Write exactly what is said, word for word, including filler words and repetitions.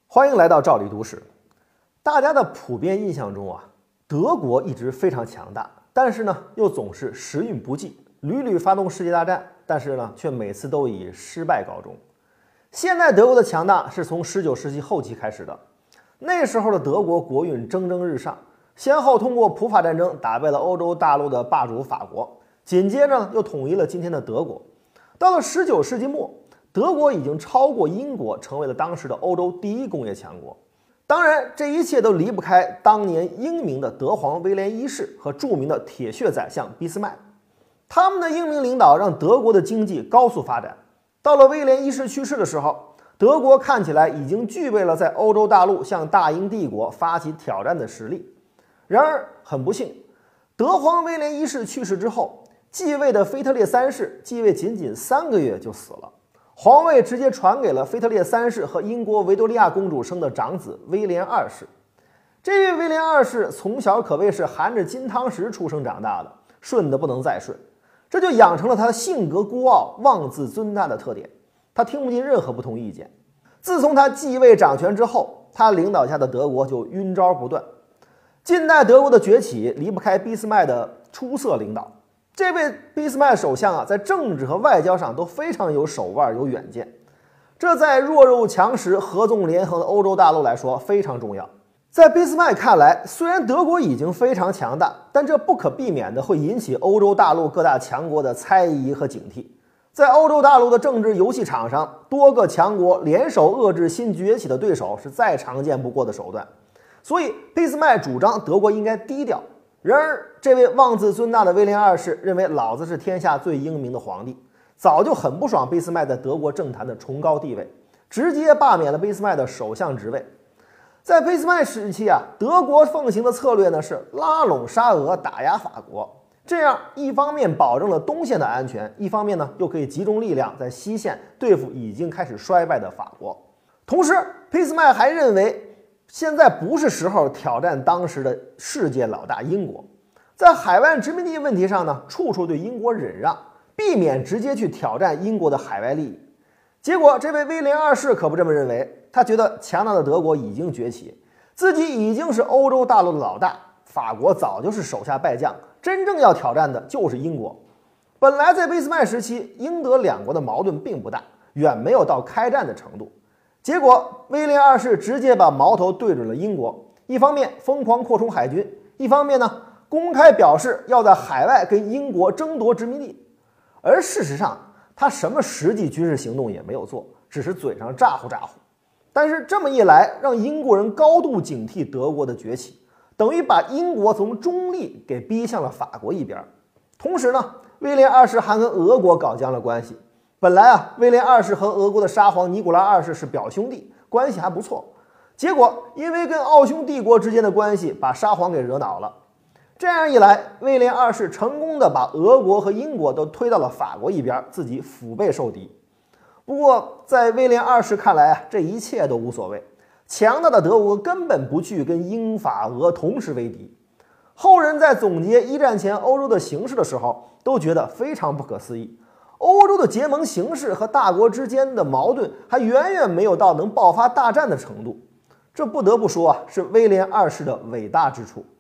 欢迎来到赵理读史。大家的普遍印象中啊，德国一直非常强大，但是呢，又总是时运不济，屡屡发动世界大战，但是呢，却每次都以失败告终。现在德国的强大是从十九世纪后期开始的，那时候的德国国运蒸蒸日上，先后通过普法战争打败了欧洲大陆的霸主法国，紧接着又统一了今天的德国。到了十九世纪末，德国已经超过英国，成为了当时的欧洲第一工业强国。当然，这一切都离不开当年英明的德皇威廉一世和著名的铁血宰相俾斯麦。他们的英明领导让德国的经济高速发展。到了威廉一世去世的时候，德国看起来已经具备了在欧洲大陆向大英帝国发起挑战的实力。然而，很不幸，德皇威廉一世去世之后，继位的腓特烈三世继位仅仅三个月就死了。皇位直接传给了腓特烈三世和英国维多利亚公主生的长子威廉二世。这位威廉二世从小可谓是含着金汤匙出生长大的，顺得不能再顺，这就养成了他性格孤傲、妄自尊大的特点。他听不进任何不同意见。自从他继位掌权之后，他领导下的德国就晕招不断。近代德国的崛起离不开俾斯麦的出色领导。这位俾斯麦首相啊，在政治和外交上都非常有手腕、有远见，这在弱肉强食、合纵连横的欧洲大陆来说非常重要。在俾斯麦看来，虽然德国已经非常强大，但这不可避免的会引起欧洲大陆各大强国的猜疑和警惕。在欧洲大陆的政治游戏场上，多个强国联手遏制新崛起的对手是再常见不过的手段。所以，俾斯麦主张德国应该低调。然而，这位妄自尊大的威廉二世认为老子是天下最英明的皇帝，早就很不爽俾斯麦在德国政坛的崇高地位，直接罢免了俾斯麦的首相职位。在俾斯麦时期啊，德国奉行的策略呢是拉拢沙俄，打压法国，这样一方面保证了东线的安全，一方面呢又可以集中力量在西线对付已经开始衰败的法国。同时，俾斯麦还认为现在不是时候挑战当时的世界老大英国，在海外殖民地问题上呢，处处对英国忍让，避免直接去挑战英国的海外利益。结果，这位威廉二世可不这么认为，他觉得强大的德国已经崛起，自己已经是欧洲大陆的老大，法国早就是手下败将，真正要挑战的就是英国。本来在俾斯麦时期，英德两国的矛盾并不大，远没有到开战的程度。结果，威廉二世直接把矛头对准了英国，一方面疯狂扩充海军，一方面呢公开表示要在海外跟英国争夺殖民地。而事实上，他什么实际军事行动也没有做，只是嘴上咋呼咋呼。但是这么一来，让英国人高度警惕德国的崛起，等于把英国从中立给逼向了法国一边。同时呢，威廉二世还跟俄国搞僵了关系。本来啊，威廉二世和俄国的沙皇尼古拉二世是表兄弟，关系还不错。结果因为跟奥匈帝国之间的关系，把沙皇给惹恼了。这样一来，威廉二世成功的把俄国和英国都推到了法国一边，自己腹背受敌。不过，在威廉二世看来啊，这一切都无所谓。强大的德国根本不去跟英法俄同时为敌。后人在总结一战前欧洲的形势的时候，都觉得非常不可思议。欧洲的结盟形势和大国之间的矛盾还远远没有到能爆发大战的程度，这不得不说啊，是威廉二世的伟大之处。